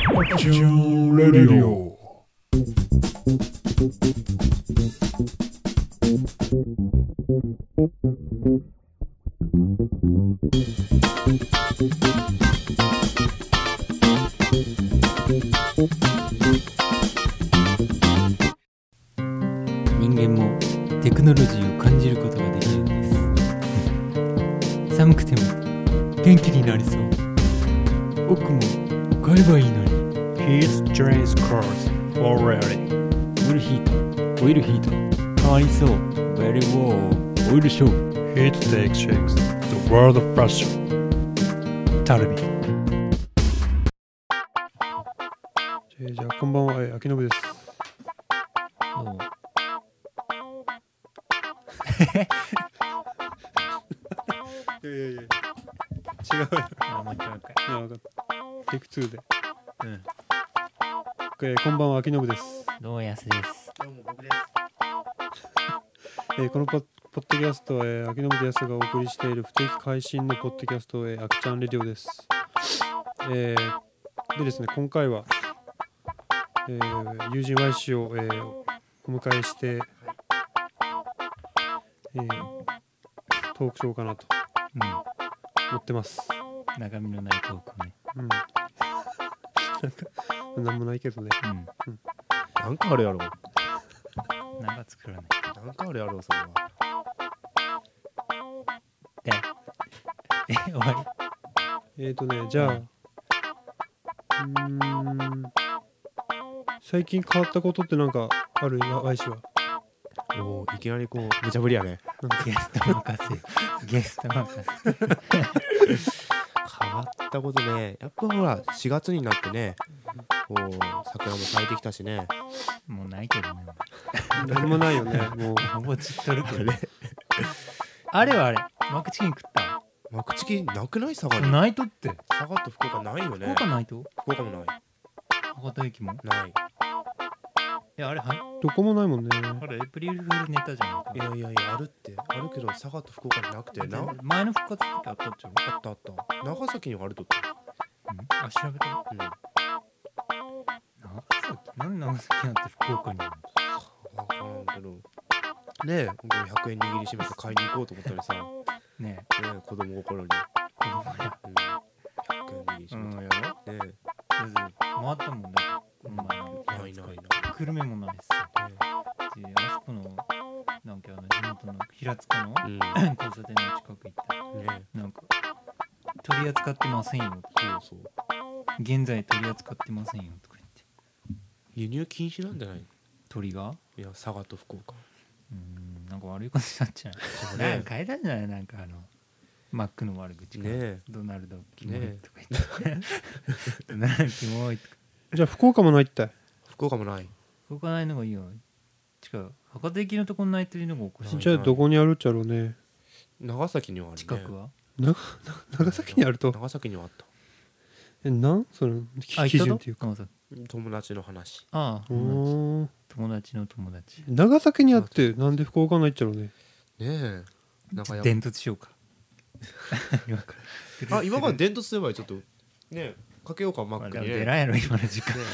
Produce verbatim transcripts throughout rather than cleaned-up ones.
赤ちゃんレディオ。 人間もテクノロジーを感じることができるんです。寒くても元気になりそう。僕も買えばいいのに。 His James Cross already。 オイルヒートオイルヒート変わりそう。 Very well オイルショー。 Heat Tech Shakes the world of fashion。 タルミ。 えー、じゃあこんばんは、えー、秋信です。 どうもいやいやいや違うよ。 あ、もう一回もう一回。 いや分かった。テイクツーで、 うん。 えー、こんばんは秋信です。 どうもやすです。 どうも僕です。 えー、このポッ、ポッドキャストは、えー、秋信とやすがお送りしている不定期配信のポッドキャスト、えー、秋ちゃんレディオです。えー、でですね、今回は、えー、友人 ワイシー を、えー、お迎えして、えー、トークしようかなと思ってます。 うん。中身のないトークね。 うん。なんもないけどね。 うん。 なんかあるやろ。 なんか作らない。 なんかあるやろそれは。 で、え、終わり。 えーとね、じゃあ、うーん、最近変わったことってなんかある？ワイシは。 おお、いきなりこう無茶ぶりやね。 ゲスト任せ。ゲスト任せ。 変わったことね。やっぱほらしがつになってね、こう桜も咲いてきたしね。 もうないけどね。 なんもないよね、もう。 ほぼ散っとるけどね。あれはあれ、マックチキン食った？ マクチキンなくない？佐賀に。 ないとって。 佐賀と福岡ないよね。 福岡ないと？ 福岡もない。 博多駅も？ ない。 いや、あれはどこもないもんね。 あれエイプリルフールネタじゃん。 いやいやいやあるってあるけど佐賀と福岡になくてな。 前の復活の時あったっちゃう？ あったあった。長崎にはあるとって。 うん、あ、調べた。 うん。 長崎？なんで長崎なんて福岡にあるの？ わからんけど。ねえ、ごひゃくえん握りしめて買いに行こうと思ったりさ。ねねえ、子供心に。 え、子供や。 うん。ひゃくえん握りしめて。 うん、やろ？ ねえ。 まず回ったもんだよ。この前のないないない。 久留米もないっすよ。で、あそこのなんかあの地元の平塚のうん。 交差点の近く行ったらねなんか取り扱ってませんよ。 そうそう。 現在取り扱ってませんよとか言って。 輸入禁止なんじゃない？ 鳥が？ いや、佐賀と福岡。 うーん、なんか悪いことしちゃっちゃう。なんか変えたんじゃない？なんかあのマックの悪口か。 ねえ。 ドナルドキモいねとか言って。ドナルドキモいとか。 じゃあ福岡もないって。 福岡もない。 福岡ないのがいいよ。違う。博多駅のとこにないっていうのがおかしい。 じゃあどこにあるっちゃろうね。 長崎にはあるね。 近くは？ な長崎にあると。 長崎にはあった。 え、なんそのあ、 基準っていうか。 か。 友達の話。 ああ、 うーん。 友達の友達。 長崎にあってなんで福岡ないっちゃろうね。 ねえ。なんかや伝突しようか。今かあ、今から伝突すればいい。ちょっとねえかけようかマックにね。 出らんやろ今の時間。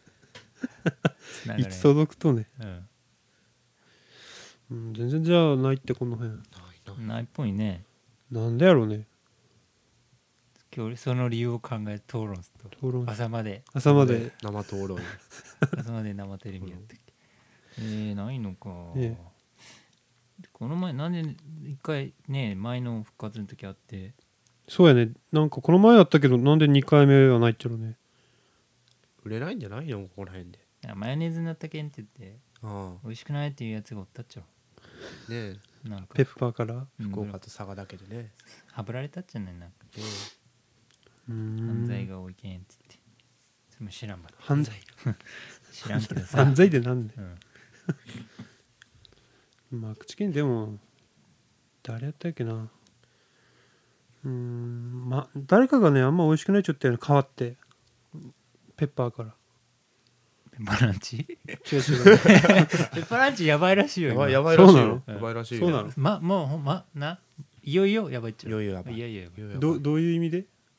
いつ届くとね。 うんうん、全然じゃあないってこの辺。 ないない。 ないっぽいね。 なんでやろうね。 今日その理由を考え討論すると討論朝まで朝まで。 生討論。 朝まで生テレビやってっけ。えー、ないのか。 えこの前なんで一回ね前の復活の時あって。 そうやね。なんかこの前やったけどなんでにかいめはないっちゃろうね。 売れないんじゃないのここら辺で。 マヨネーズになったけんって言ってあ美味しくないっていうやつがおったっちゃあ。ねえ。 う。なんかペッパーから。 福岡と佐賀だけでね。 はぶられたっちゃね。なんかねうーん。 犯罪が多いけんっつってそれも知らんばって犯罪。 知らんけどさ犯罪でなんで。 うんマックチキンでも誰やったっけな。うーん。ま誰かがねあんま美味しくないっちゃったよね。変わってペッパーから。 ペッパーランチ違う違う。 ペッパーランチやばいらしいよやばい今やばいらしいよ。 そうなのやばいらしいよ。 そうなの。 まもうほんまないよいよやばいっちゃう。 いよいよやばい。 いやいややばい。 いよいよやばい。 どどういう意味で？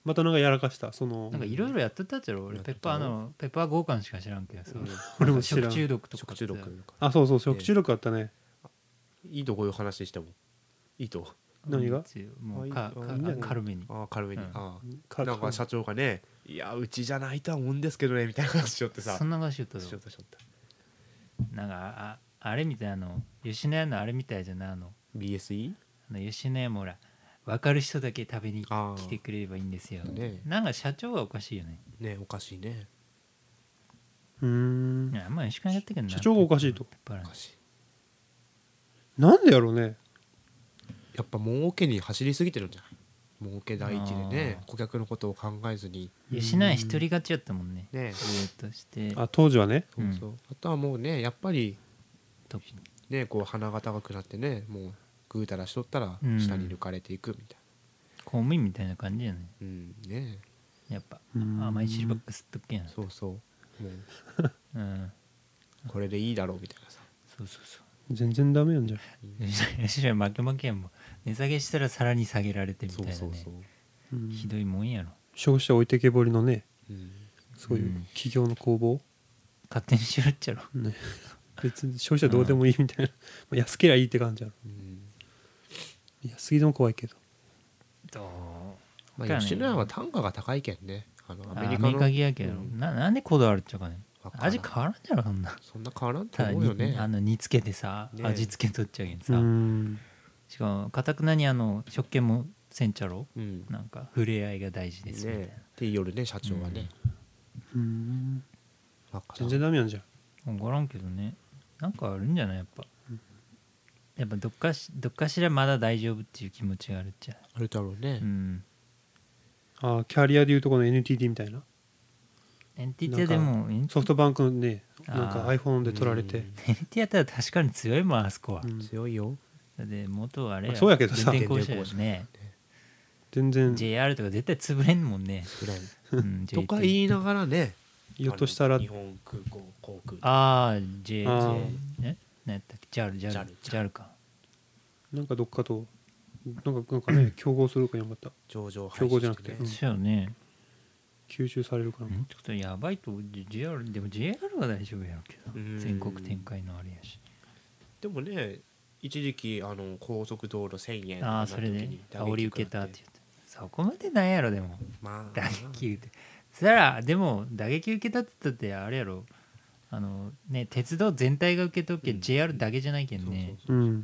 またなんかやらかしたそのなんかいろいろやってたっちゃろ。俺やってたペッパーのペッパー豪華しか知らんけどさ、 うん俺も知らん食中毒とか食中毒あそうそう食中毒あったねいいとこういう話してもいいと何がもうかかあいいんじゃない軽めにああ軽めに、 うんあかあなんか社長がねいやうちじゃないとは思うんですけどねみたいな話しよってさそんな話しよったぞしよったしよったなんかああれみたいなの吉野家のあれみたいじゃないあのビーエスイーあの吉野家もほら分かる人だけ食べにあ来てくれればいいんですよねなんか社長がおかしいよねねおかしいねうーんいやあんまりしかやってけどな社長がおかしいとペッパーランチおかしいなんでやろうねやっぱ儲けに走りすぎてるんじゃない儲け第一でねあー顧客のことを考えずに吉野家一人勝ちやったもんねね上としてあ当時はねそうそう、あとはもうねやっぱりとねこう鼻が高くなってねもうぐうたらしとったらうん下に抜かれていくみたい公務員みたいな感じやねなうんねやっぱうん甘い汁ばっか吸っとっけやなそうそうもうんうこれでいいだろうみたいなさそうそうそう全然ダメやんじゃん吉野家負け負けやんもん値下げしたらさらに下げられてみたいなねそうそうそううんひどいもんやろ消費者置いてけぼりのねうんそういううん企業の攻防勝手にしろっちゃろね別に消費者どうでもいいみたいなまあ安けりゃいいって感じやろうん安ぎでも怖いけどどうまかねあ吉野家は単価が高いけんねあのアアメリメリカのカギやけど、 うんななんでこだわるっちゃうかねわからん味変わらんじゃろそんなそんな変わらんとただ思うよねにあの煮つけてさ、 ね味付けとっちゃうけんうさ、 んしかもかたくなにあの食券もせんちゃろうんなんか触れ合いが大事ですみたいな、 ねって夜ね社長はねうんわからん全然ダメやんじゃん分からんけどねなんかあるんじゃないやっぱ、やっぱどっかしどっかしらまだ大丈夫っていう気持ちがあるっちゃあるだろうねうんあキャリアでいうとこの エヌティーティー みたいなエヌティーティーでもエヌティーソフトバンクのねあーなんか iPhone で取られてうんティーやったら確かに強いもんあそこは、 うん強いよだって元あれまあそうやけどさ電電公社やしね全然ジェイアール とか絶対潰れんもんね、 ぐらいうん、 とかジェイティー言いながらねひょっとしたらあの日本空港航空ああ J あー J ね何やったっけ ジャル ジャルジャルジャルかなんかどっかとなんかなんかね競合するかやんかった上場競合じゃなくて廃止してねそうよね吸収されるかなんちょっとやばいと ジェイアール でも ジェイアール は大丈夫やろうけどうん全国展開のあれやしでもね一時期あの高速道路せんえんああそれで煽り受けたって言ってそこまでないやろでもまあ打撃受けそしたらでも打撃受けたって言ったってあれやろあのね鉄道全体が受けとけ、 うんジェイアール だけじゃないけんねうん、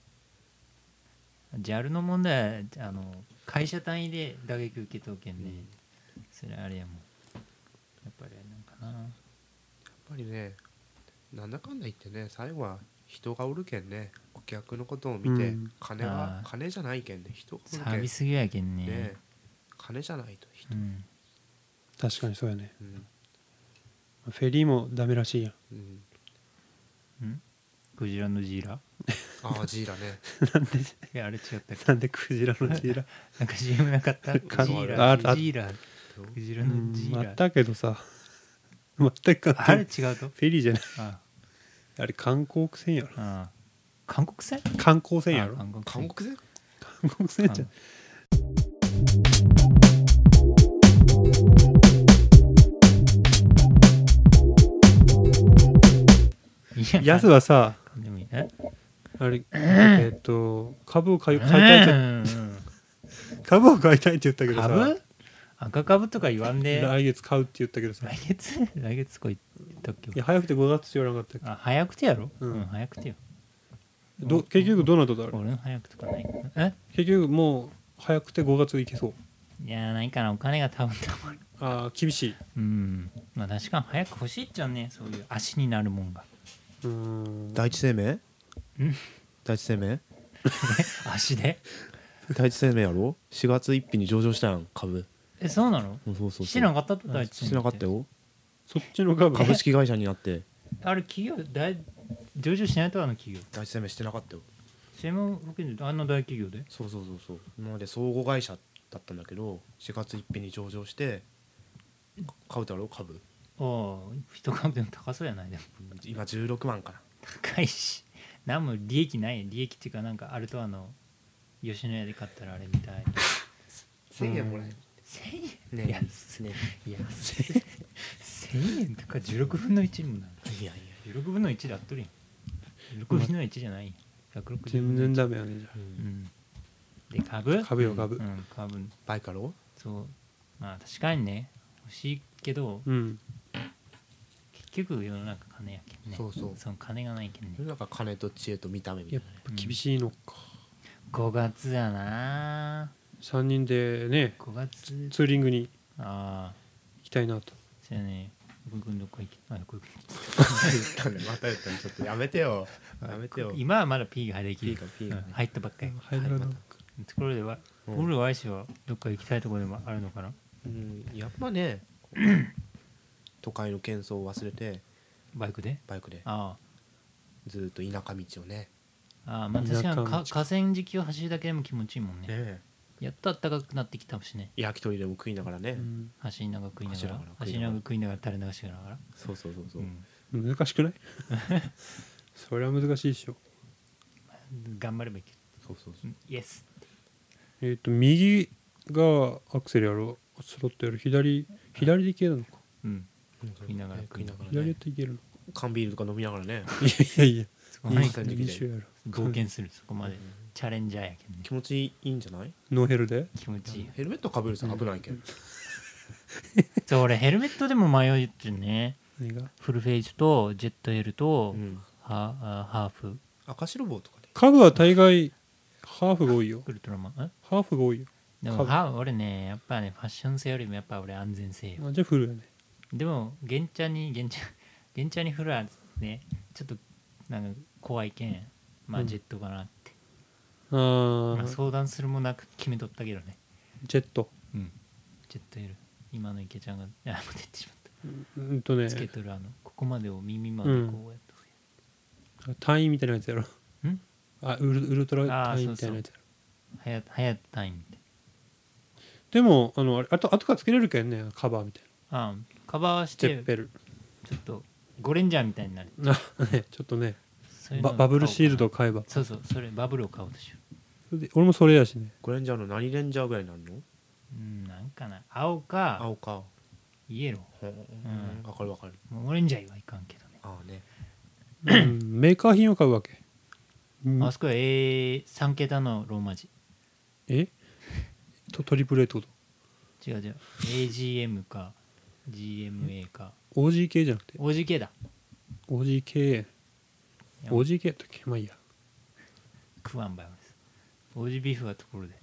ジャル の問題はあの会社単位で打撃受けとけんね、それあれやもんやっぱりなんかなやっぱりねなんだかんだ言ってね最後は人がおるけんね顧客のことを見て、 うん金はあー金じゃないけんね人がおサるけんービス業やけんねね金じゃないと人、 うん、 確かにそうやねうんフェリーもダメらしいやんうん、 うんクジラのジーラああジーラねいやあれ違ったっけなんでクジラのジーラなんか シーエム なかったジかーラああジーラクジラのうんジーラあったけどさ全く関あ係ないれ違うとフェリーじゃないああれ韓国船やろあ韓国船観光船やろあ韓国韓国戦韓国船じゃんいやつはさでもいいえあれえっと株を買い買いたいってうん株を買いたいって言ったけどさ株赤株とか言わんで来月買うって言ったけどさ来月来月こいったっけいや早くてごがつって言わなかったっけあ早くてやろううんん早くてよど結局どうなっただろう俺の早くとかないえ結局もう早くてごがついけそういやないかなお金が多分たまるああ厳しいうんまあ確かに早く欲しいっちゃねそういう足になるもんがうーん第一生命ん第一生命足で第一生命やろしがつついたちに上場したやん株えそうなのそうそうそうしてなかったと第一してなかったよそっちの株株式会社になってあれ企業大上場しないとあの企業第一生命してなかったよ専門保険であんな大企業でそうそうそうそう今まで総合会社だったんだけどしがつついたちに上場して買うだろう株ああ一株でも高そうやないでも今じゅうろくまんかな高いし何も利益ない利益っていうかなんかあるとあの吉野家で買ったらあれみたいせんえんもらえるせんえんね安いねいやせんえんとかじゅうろくぶんのいちにもなるいやいやじゅうろくぶんのいちであっとるやんじゅうろくぶんのいちじゃないひゃくろくじゅうぶん全のいち然ダメやねじゃうんで株あ株よ株うん株バイカロそうまあ確かにね欲しいけどうん結局世の中金やけんねそうそうその金がないけんねなんか金と知恵と見た目みたやっいなぱ厳しいのかごがつやなさんにんでねごがつツーリングにああ行きたいなとそうやね僕くんどこ行きあこれまた言ったねまた言ったねちょっとやめてよやめてよ今はまだ P が入りき P るが P がねうん入ったばっかり入るなはいところではうん俺は愛しはどっか行きたいところでもあるのかなうんやっぱね都会の喧騒を忘れてバイクでバイクであずーっと田舎道をねあああまあ確かにか田舎道河川敷を走るだけでも気持ちいいもんねねやっと暖かくなってきたしね焼き鳥でも食いながらねうん走りながら食いながら走りながら走りながら食いながら垂れ流しながらそうそうそうそううん難しくないそれは難しいでしょ頑張ればいけるそうそうそうイエスえっと右がアクセルやろスロットやる左左でいけるのかうんうん食いながら食いながら左やねっていけるの缶ビールとか飲みながらねいやいやいやそこまでいい感じ二種やろ冒険するそこまでチャレンジャーやけんね気持ちいいんじゃないノーヘルで気持ちいいヘルメットかぶるさ危ないけどそう俺ヘルメットでも迷うってね何がフルフェイスとジェットヘルとうんハあハーフ赤白棒とかで株は大概ハーフが多いよウルトラマンえハーフが多いよでもハーフ俺ねやっぱねファッション性よりもやっぱ俺安全性よあじゃあフルやねでも原茶に原茶原茶にフルはねちょっとなんか怖いけんまあうんジェットかなって、 あまあ、 ー相談するもなく決めとったけどねジェットうんジェットヘル今の池ちゃんがいやもう出てしまっうんとねたつけとるあのここまでを耳までこうやっとる単位みたいなやつやろんあウルウルトラあー単位みたいなやつやろはやはやったいみたいでもあのあれあと後からつけれるけんねカバーみたいなあカバーしなゼてッペルちょっとゴレンジャーみたいになるあねちょっとねそういうのババブルシールドを買買えばおうかなそうそうそれバブルを買おうとしよそれで俺もそれやしねゴレンジャーの何レンジャーぐらいになるのううんなんかな青か青かイエロほんうんわかるわかるーもうオレンジャーはいかんけどねああねうんメーカー品を買うわけうんあそこは A さん桁のローマ字えとトリプル A ってこと違う違う エージーエム か ジーエムエー かオージーケー じゃなくてオージーケー だオージーケーいやオージーケー やったっけまあいいや食わんばよですオージービーフはところで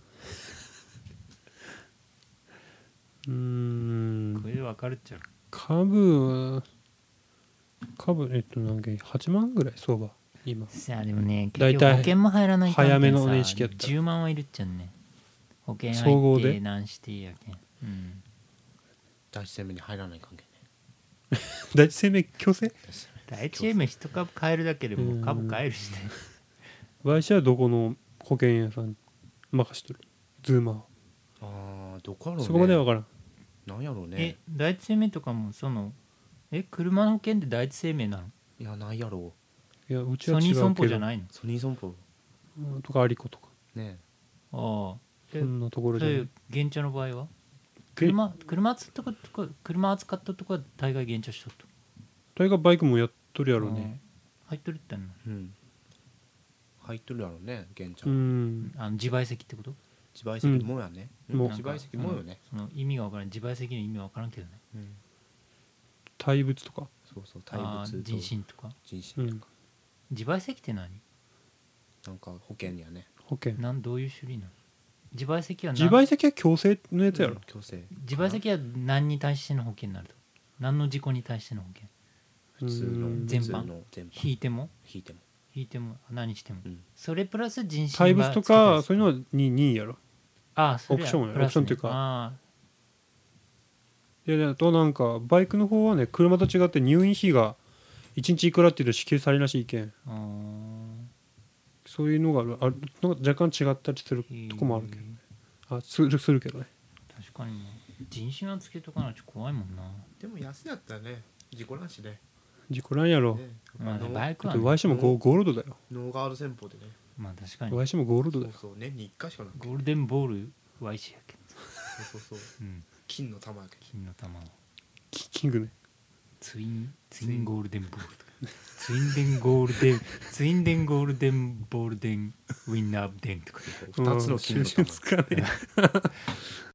うーんこれでわかるっちゃう株は株えっと何件はちまんぐらい相場今さあでもねだいたい結局保険も入らないと早めの年式やったじゅうまんはいるっちゃんね保険総合で入って何してやけんうん第一生命に入らない関係ね第一生命強制第一 M 一株買えるだけでもう株買えるしねわしはどこの保険屋さん任しとるズーマーああどこやろうねそこまでは分からんなんやろうえね第一生命とかもそのえ車の保険って第一生命なのいやなんやろいやうちは違ソニー損うけど保じゃないのうソニー損保うんとかアリコとかねああえそんなところじゃないそういう原茶の場合は車車扱ったとこ車扱ったとこは大概原茶しとった大概バイクもやっとるやろうねあー入っとるってんのうん入っとるやろうね現茶うんあの自賠責ってこと自賠責もやねうんもう自賠責もよねその意味がわからん自賠責の意味わからんけどねうん対物とかそうそう対あ物とー人身とか人うん身とか自賠責って何なんか保険やね保険なんどういう種類なの自賠責は何自賠責は強制のやつやろうん強制自賠責は何に対しての保険になると何の事故に対しての保険普通のうん全般普通の全般引いても引いても引いても何しても、 うんそれプラス人身対物とかそういうのはに任意やろああそれオプションやプラスねオプションっていうかあいやあとなんかバイクの方はね車と違って入院費がいちにちいくらっていうと支給されるらしいけんーあそういうのがあるあるなんか若干違ったりするーとこもあるけどあするするけどね確かにな人身はつけとかないと怖いもんな、 でも安やったらね事故なしで事故なんやろねまあ、 ノーだってバイクはね、 ワイシもゴうんゴールドだよノーガード戦法でねまあ確かにワイシもゴールドそうだよそう年にいっかいしかなくゴールデンボール ワイシー やけんそうそうそううん、 金の玉やけど金の玉のキキングね。 ツインツインゴールデンボールとかツインデンゴールデンツインデンゴールデンボールデンウィンナーデンとかふたつの金の玉収集つかねえ。